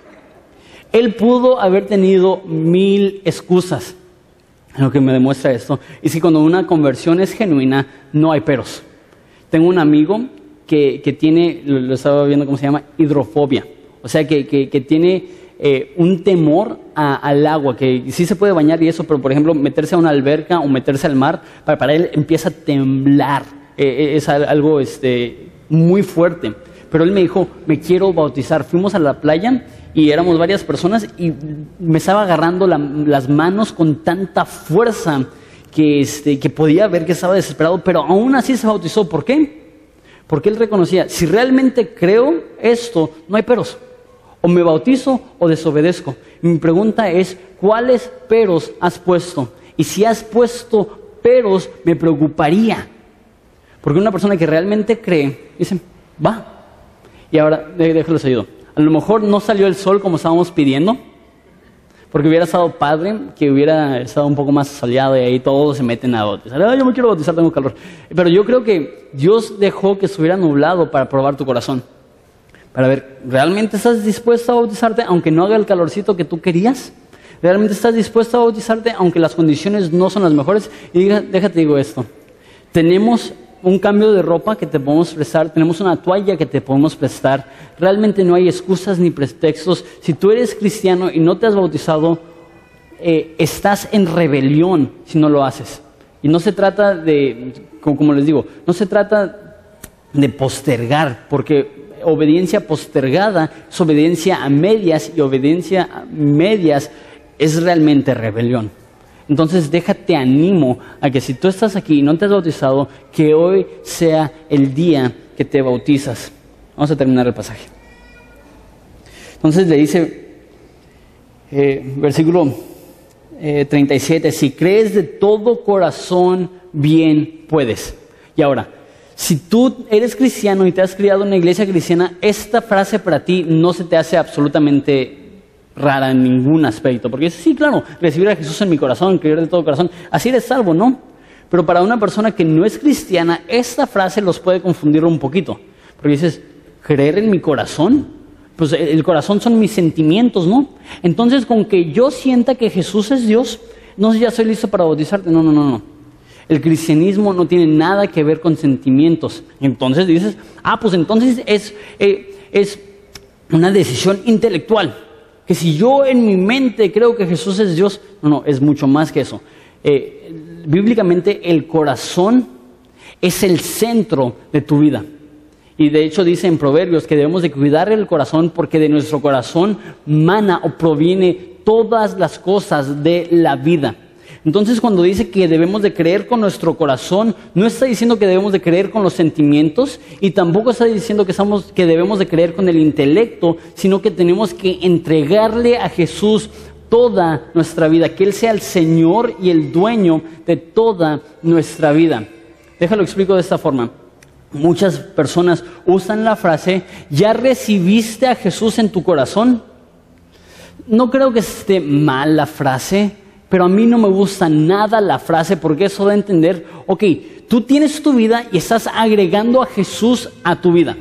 él pudo haber tenido 1000 excusas. Lo que me demuestra esto es que cuando una conversión es genuina, no hay peros. Tengo un amigo que tiene, lo estaba viendo, ¿cómo se llama? Hidrofobia. O sea, que tiene un temor al agua, que sí se puede bañar y eso, pero por ejemplo, meterse a una alberca o meterse al mar, para él empieza a temblar. Es algo muy fuerte. Pero él me dijo, me quiero bautizar. Fuimos a la playa y éramos varias personas y me estaba agarrando las manos con tanta fuerza que podía ver que estaba desesperado, pero aún así se bautizó. ¿Por qué? Porque él reconocía, si realmente creo esto, no hay peros. O me bautizo o desobedezco. Mi pregunta es, ¿cuáles peros has puesto? Y si has puesto peros, me preocuparía. Porque una persona que realmente cree, dice, va. Y ahora, déjenlos ayudo. A lo mejor no salió el sol como estábamos pidiendo, porque hubiera estado padre que hubiera estado un poco más soleado y ahí todos se meten a bautizar. Yo me quiero bautizar, tengo calor. Pero yo creo que Dios dejó que estuviera nublado para probar tu corazón. Para ver, ¿realmente estás dispuesto a bautizarte aunque no haga el calorcito que tú querías? ¿Realmente estás dispuesto a bautizarte aunque las condiciones no son las mejores? Y déjate digo esto. Tenemos un cambio de ropa que te podemos prestar, tenemos una toalla que te podemos prestar. Realmente no hay excusas ni pretextos. Si tú eres cristiano y no te has bautizado, estás en rebelión si no lo haces. Y no se trata de, como les digo, no se trata de postergar, porque obediencia postergada es obediencia a medias y obediencia a medias es realmente rebelión. Entonces déjate animo a que si tú estás aquí y no te has bautizado, que hoy sea el día que te bautizas. Vamos a terminar el pasaje. Entonces le dice, versículo 37, si crees de todo corazón, bien puedes. Y ahora, si tú eres cristiano y te has criado en una iglesia cristiana, esta frase para ti no se te hace absolutamente rara en ningún aspecto, porque dices, sí, claro, recibir a Jesús en mi corazón, creer de todo corazón, así eres salvo, ¿no? Pero para una persona que no es cristiana, esta frase los puede confundir un poquito, porque dices, ¿creer en mi corazón? Pues el corazón son mis sentimientos, ¿no? Entonces, con que yo sienta que Jesús es Dios, no sé, ya soy listo para bautizarte. No. El cristianismo no tiene nada que ver con sentimientos. Entonces dices, pues entonces es una decisión intelectual. Que si yo en mi mente creo que Jesús es Dios, no, es mucho más que eso. Bíblicamente el corazón es el centro de tu vida. Y de hecho dice en Proverbios que debemos de cuidar el corazón porque de nuestro corazón mana o proviene todas las cosas de la vida. Entonces cuando dice que debemos de creer con nuestro corazón, no está diciendo que debemos de creer con los sentimientos y tampoco está diciendo que debemos de creer con el intelecto, sino que tenemos que entregarle a Jesús toda nuestra vida, que Él sea el Señor y el dueño de toda nuestra vida. Déjalo explico de esta forma. Muchas personas usan la frase, ¿ya recibiste a Jesús en tu corazón? No creo que esté mal la frase, pero a mí no me gusta nada la frase porque eso da a entender, ok, tú tienes tu vida y estás agregando a Jesús a tu vida.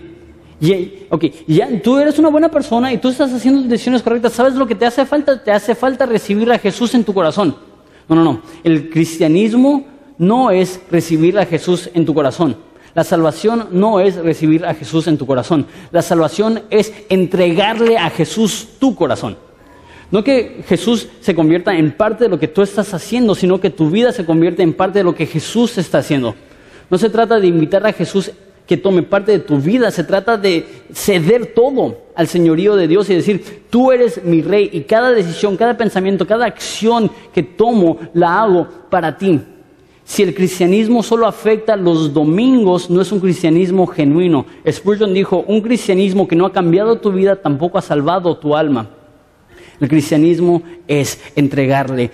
Ya tú eres una buena persona y tú estás haciendo decisiones correctas. ¿Sabes lo que te hace falta? Te hace falta recibir a Jesús en tu corazón. No. El cristianismo no es recibir a Jesús en tu corazón. La salvación no es recibir a Jesús en tu corazón. La salvación es entregarle a Jesús tu corazón. No que Jesús se convierta en parte de lo que tú estás haciendo, sino que tu vida se convierta en parte de lo que Jesús está haciendo. No se trata de invitar a Jesús que tome parte de tu vida, se trata de ceder todo al señorío de Dios y decir, tú eres mi rey y cada decisión, cada pensamiento, cada acción que tomo la hago para ti. Si el cristianismo solo afecta los domingos, no es un cristianismo genuino. Spurgeon dijo, un cristianismo que no ha cambiado tu vida tampoco ha salvado tu alma. El cristianismo es entregarle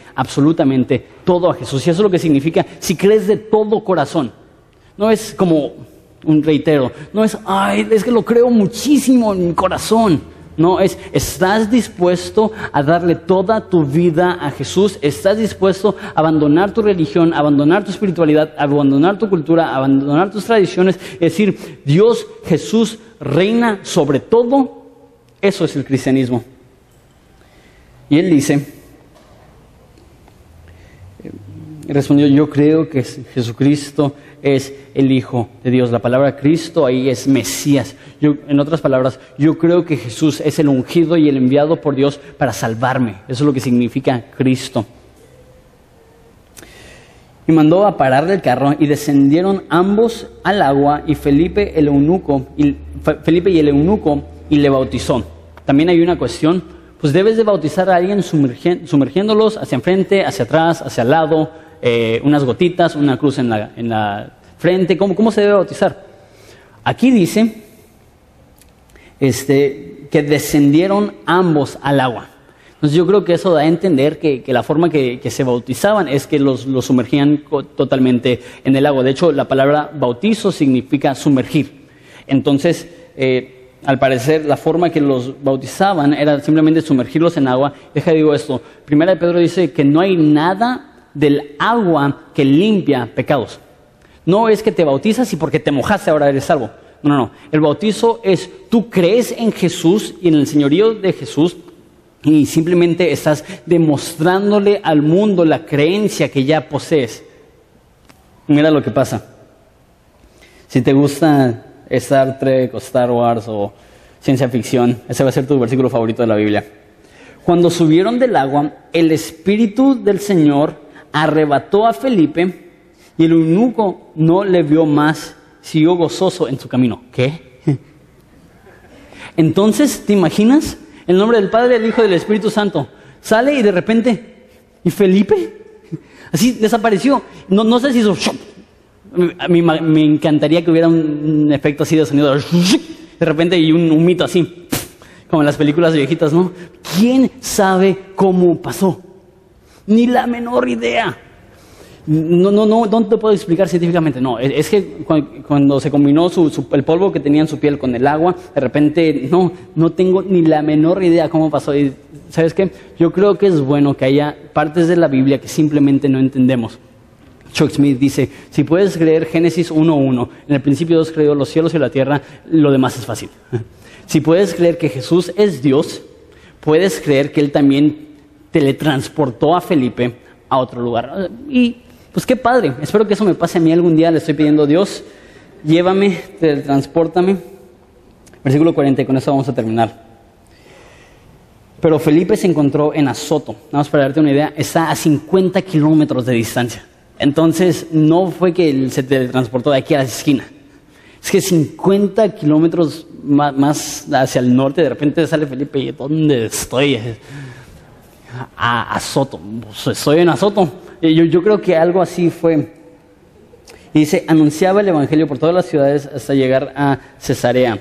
absolutamente todo a Jesús. Y eso es lo que significa si crees de todo corazón. No es como un reitero. No es, ay, es que lo creo muchísimo en mi corazón. No, estás dispuesto a darle toda tu vida a Jesús. Estás dispuesto a abandonar tu religión, a abandonar tu espiritualidad, a abandonar tu cultura, a abandonar tus tradiciones. Es decir, Dios, Jesús, reina sobre todo. Eso es el cristianismo. Y él dice, respondió, yo creo que Jesucristo es el Hijo de Dios. La palabra Cristo ahí es Mesías. En otras palabras, yo creo que Jesús es el ungido y el enviado por Dios para salvarme. Eso es lo que significa Cristo. Y mandó a parar del carro y descendieron ambos al agua y Felipe y el eunuco y le bautizó. También hay una cuestión, pues debes de bautizar a alguien sumergiéndolos hacia enfrente, hacia atrás, hacia el lado, unas gotitas, una cruz en la frente. ¿Cómo se debe bautizar? Aquí dice que descendieron ambos al agua. Entonces yo creo que eso da a entender que la forma que se bautizaban es que los sumergían totalmente en el agua. De hecho, la palabra bautizo significa sumergir. Entonces, al parecer, la forma que los bautizaban era simplemente sumergirlos en agua. Digo esto. Primera de Pedro dice que no hay nada del agua que limpia pecados. No es que te bautizas y porque te mojaste ahora eres salvo. No. El bautizo es tú crees en Jesús y en el señorío de Jesús y simplemente estás demostrándole al mundo la creencia que ya posees. Mira lo que pasa. Si te gusta Star Trek o Star Wars o ciencia ficción, ese va a ser tu versículo favorito de la Biblia. Cuando subieron del agua, el Espíritu del Señor arrebató a Felipe y el eunuco no le vio más, siguió gozoso en su camino. ¿Qué? Entonces, ¿te imaginas? El nombre del Padre, del Hijo y del Espíritu Santo sale y de repente, ¿y Felipe? Así desapareció. No sé si hizo... A mí me encantaría que hubiera un efecto así de sonido. De repente y un mito así, como en las películas viejitas, ¿no? ¿Quién sabe cómo pasó? Ni la menor idea. No te puedo explicar científicamente. No, es que cuando se combinó el polvo que tenía en su piel con el agua, de repente no tengo ni la menor idea cómo pasó. Y ¿sabes qué? Yo creo que es bueno que haya partes de la Biblia que simplemente no entendemos. Chuck Smith dice, si puedes creer Génesis 1:1, en el principio Dios creó los cielos y la tierra, lo demás es fácil. Si puedes creer que Jesús es Dios, puedes creer que Él también teletransportó a Felipe a otro lugar. Y pues qué padre, espero que eso me pase a mí algún día. Le estoy pidiendo a Dios, llévame, teletranspórtame. Versículo 40, y con eso vamos a terminar. Pero Felipe se encontró en Azoto. Nada más para darte una idea, está a 50 kilómetros de distancia. Entonces, no fue que él se teletransportó de aquí a la esquina. Es que 50 kilómetros más hacia el norte, de repente sale Felipe y ¿dónde estoy? A Azoto. Pues estoy en Azoto. Yo creo que algo así fue. Y dice, anunciaba el evangelio por todas las ciudades hasta llegar a Cesarea.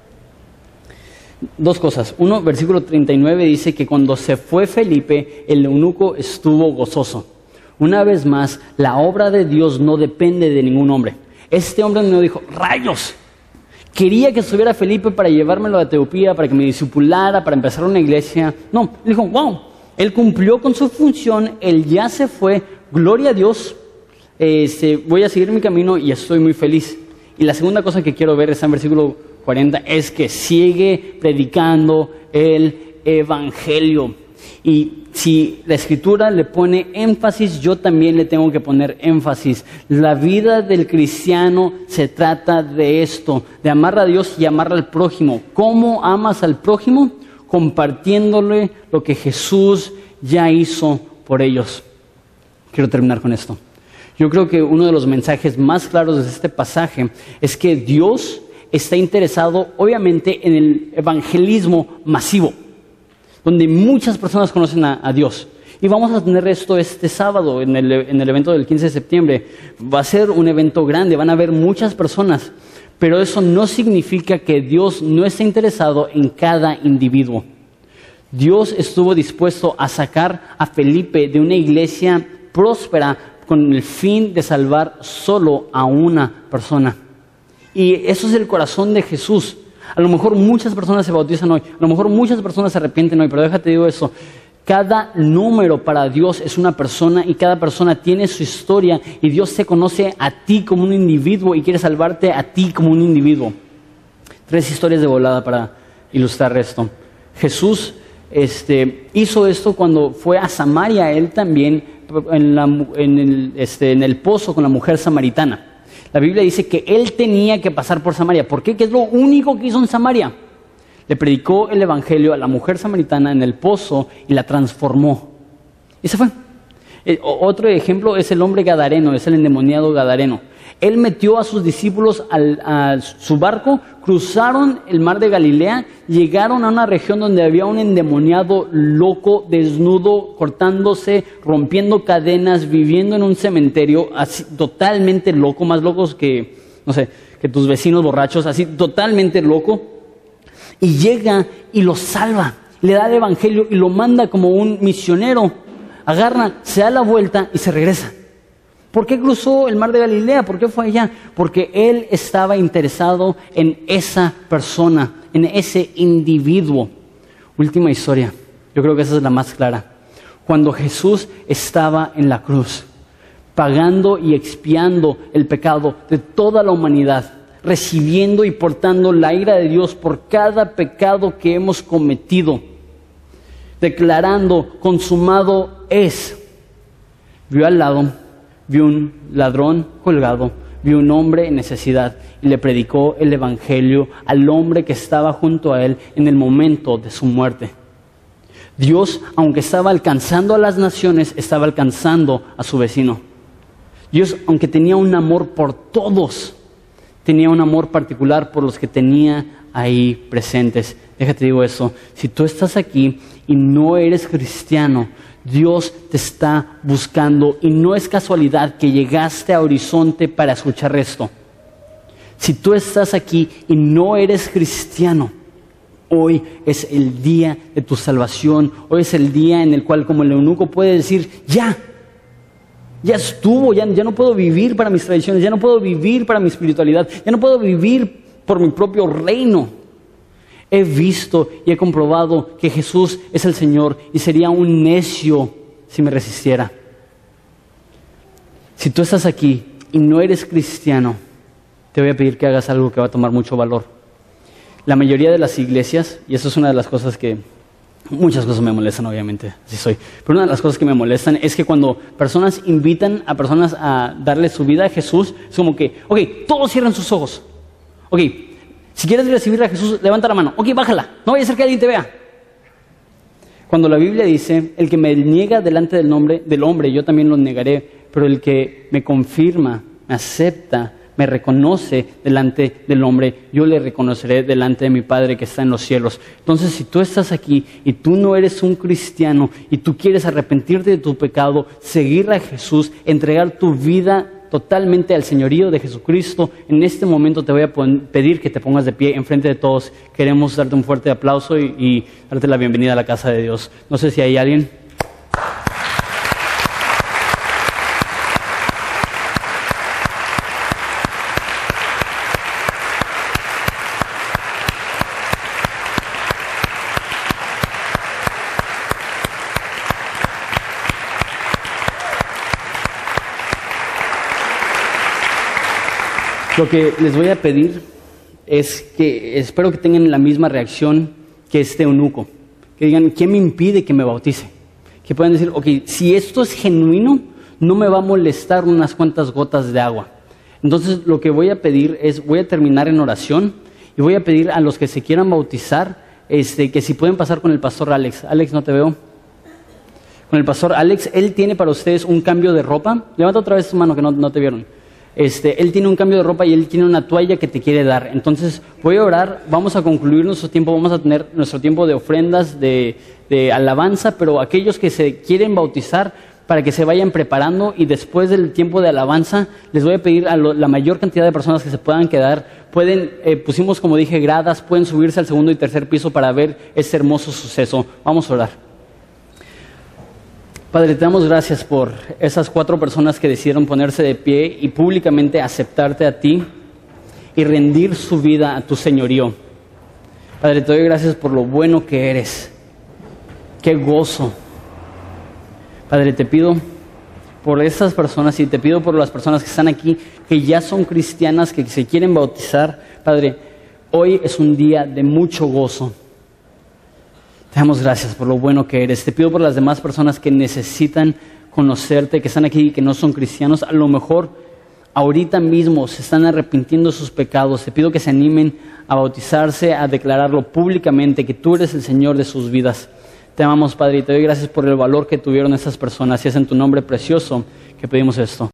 Dos cosas. Uno, versículo 39 dice que cuando se fue Felipe, el eunuco estuvo gozoso. Una vez más, la obra de Dios no depende de ningún hombre. Este hombre no dijo, ¡rayos! Quería que estuviera Felipe para llevármelo a Etiopía, para que me discipulara, para empezar una iglesia. No, él dijo, ¡wow! Él cumplió con su función, él ya se fue, gloria a Dios, voy a seguir mi camino y estoy muy feliz. Y la segunda cosa que quiero ver está en versículo 40, es que sigue predicando el evangelio. Y si la Escritura le pone énfasis, yo también le tengo que poner énfasis. La vida del cristiano se trata de esto, de amar a Dios y amar al prójimo. ¿Cómo amas al prójimo? Compartiéndole lo que Jesús ya hizo por ellos. Quiero terminar con esto. Yo creo que uno de los mensajes más claros de este pasaje es que Dios está interesado, obviamente, en el evangelismo masivo, donde muchas personas conocen a Dios. Y vamos a tener esto este sábado en el evento del 15 de septiembre. Va a ser un evento grande, van a haber muchas personas, pero eso no significa que Dios no esté interesado en cada individuo. Dios estuvo dispuesto a sacar a Felipe de una iglesia próspera con el fin de salvar solo a una persona. Y eso es el corazón de Jesús. A lo mejor muchas personas se bautizan hoy, a lo mejor muchas personas se arrepienten hoy, pero déjate digo eso. Cada número para Dios es una persona y cada persona tiene su historia y Dios te conoce a ti como un individuo y quiere salvarte a ti como un individuo. 3 historias de volada para ilustrar esto. Jesús hizo esto cuando fue a Samaria, él también en el pozo con la mujer samaritana. La Biblia dice que él tenía que pasar por Samaria. ¿Por qué? ¿Qué es lo único que hizo en Samaria? Le predicó el evangelio a la mujer samaritana en el pozo y la transformó. Y se fue. Otro ejemplo es el hombre gadareno, es el endemoniado gadareno. Él metió a sus discípulos a su barco, cruzaron el mar de Galilea, llegaron a una región donde había un endemoniado loco, desnudo, cortándose, rompiendo cadenas, viviendo en un cementerio, así, totalmente loco, más locos que, no sé, que tus vecinos borrachos, así totalmente loco. Y llega y lo salva, le da el evangelio y lo manda como un misionero. Agarra, se da la vuelta y se regresa. ¿Por qué cruzó el mar de Galilea? ¿Por qué fue allá? Porque él estaba interesado en esa persona, en ese individuo. Última historia, yo creo que esa es la más clara. Cuando Jesús estaba en la cruz, pagando y expiando el pecado de toda la humanidad, recibiendo y portando la ira de Dios por cada pecado que hemos cometido, declarando, consumado es. Vio al lado, vio un ladrón colgado, vio un hombre en necesidad y le predicó el evangelio al hombre que estaba junto a él en el momento de su muerte. Dios, aunque estaba alcanzando a las naciones, estaba alcanzando a su vecino. Dios, aunque tenía un amor por todos, tenía un amor particular por los que tenía ahí presentes. Déjate digo eso, si tú estás aquí y no eres cristiano, Dios te está buscando y no es casualidad que llegaste a Horizonte para escuchar esto. Si tú estás aquí y no eres cristiano, hoy es el día de tu salvación, hoy es el día en el cual como el eunuco puede decir, ya estuvo, ya no puedo vivir para mis tradiciones, ya no puedo vivir para mi espiritualidad, ya no puedo vivir por mi propio reino. He visto y he comprobado que Jesús es el Señor y sería un necio si me resistiera. Si tú estás aquí y no eres cristiano, te voy a pedir que hagas algo que va a tomar mucho valor. La mayoría de las iglesias, y eso es una de las cosas que muchas cosas me molestan, obviamente, así soy. Pero una de las cosas que me molestan es que cuando personas invitan a personas a darle su vida a Jesús, es como que, ok, todos cierran sus ojos. Ok, si quieres recibir a Jesús, levanta la mano. Ok, bájala, no vaya a ser que alguien te vea. Cuando la Biblia dice, el que me niega delante del hombre, yo también lo negaré. Pero el que me confirma, me acepta, me reconoce delante del hombre, yo le reconoceré delante de mi Padre que está en los cielos. Entonces, si tú estás aquí y tú no eres un cristiano y tú quieres arrepentirte de tu pecado, seguir a Jesús, entregar tu vida totalmente al señorío de Jesucristo, en este momento te voy a pedir que te pongas de pie enfrente de todos. Queremos darte un fuerte aplauso y darte la bienvenida a la casa de Dios. No sé si hay alguien. Lo que les voy a pedir es que espero que tengan la misma reacción que este eunuco. Que digan, ¿qué me impide que me bautice? Que puedan decir, ok, si esto es genuino, no me va a molestar unas cuantas gotas de agua. Entonces lo que voy a pedir es, voy a terminar en oración y voy a pedir a los que se quieran bautizar, que si pueden pasar con el pastor Alex. Alex, no te veo. Con el pastor Alex, él tiene para ustedes un cambio de ropa. Levanta otra vez tu mano que no te vieron. Él tiene un cambio de ropa y él tiene una toalla que te quiere dar. Entonces voy a orar, vamos a concluir nuestro tiempo, vamos a tener nuestro tiempo de ofrendas, de alabanza, pero aquellos que se quieren bautizar, para que se vayan preparando y después del tiempo de alabanza les voy a pedir a la mayor cantidad de personas que se puedan quedar. Pusimos, como dije, gradas, pueden subirse al segundo y tercer piso para ver este hermoso suceso. Vamos a orar. Padre, te damos gracias por esas 4 personas que decidieron ponerse de pie y públicamente aceptarte a ti. y rendir su vida a tu señorío. Padre, te doy gracias por lo bueno que eres. Qué gozo. Padre, te pido por estas personas y te pido por las personas que están aquí, que ya son cristianas, que se quieren bautizar. Padre, hoy es un día de mucho gozo. Te damos gracias por lo bueno que eres. Te pido por las demás personas que necesitan conocerte, que están aquí y que no son cristianos. A lo mejor ahorita mismo se están arrepintiendo de sus pecados. Te pido que se animen a bautizarse, a declararlo públicamente, que tú eres el Señor de sus vidas. Te amamos, Padre, y te doy gracias por el valor que tuvieron esas personas. Y es en tu nombre precioso que pedimos esto.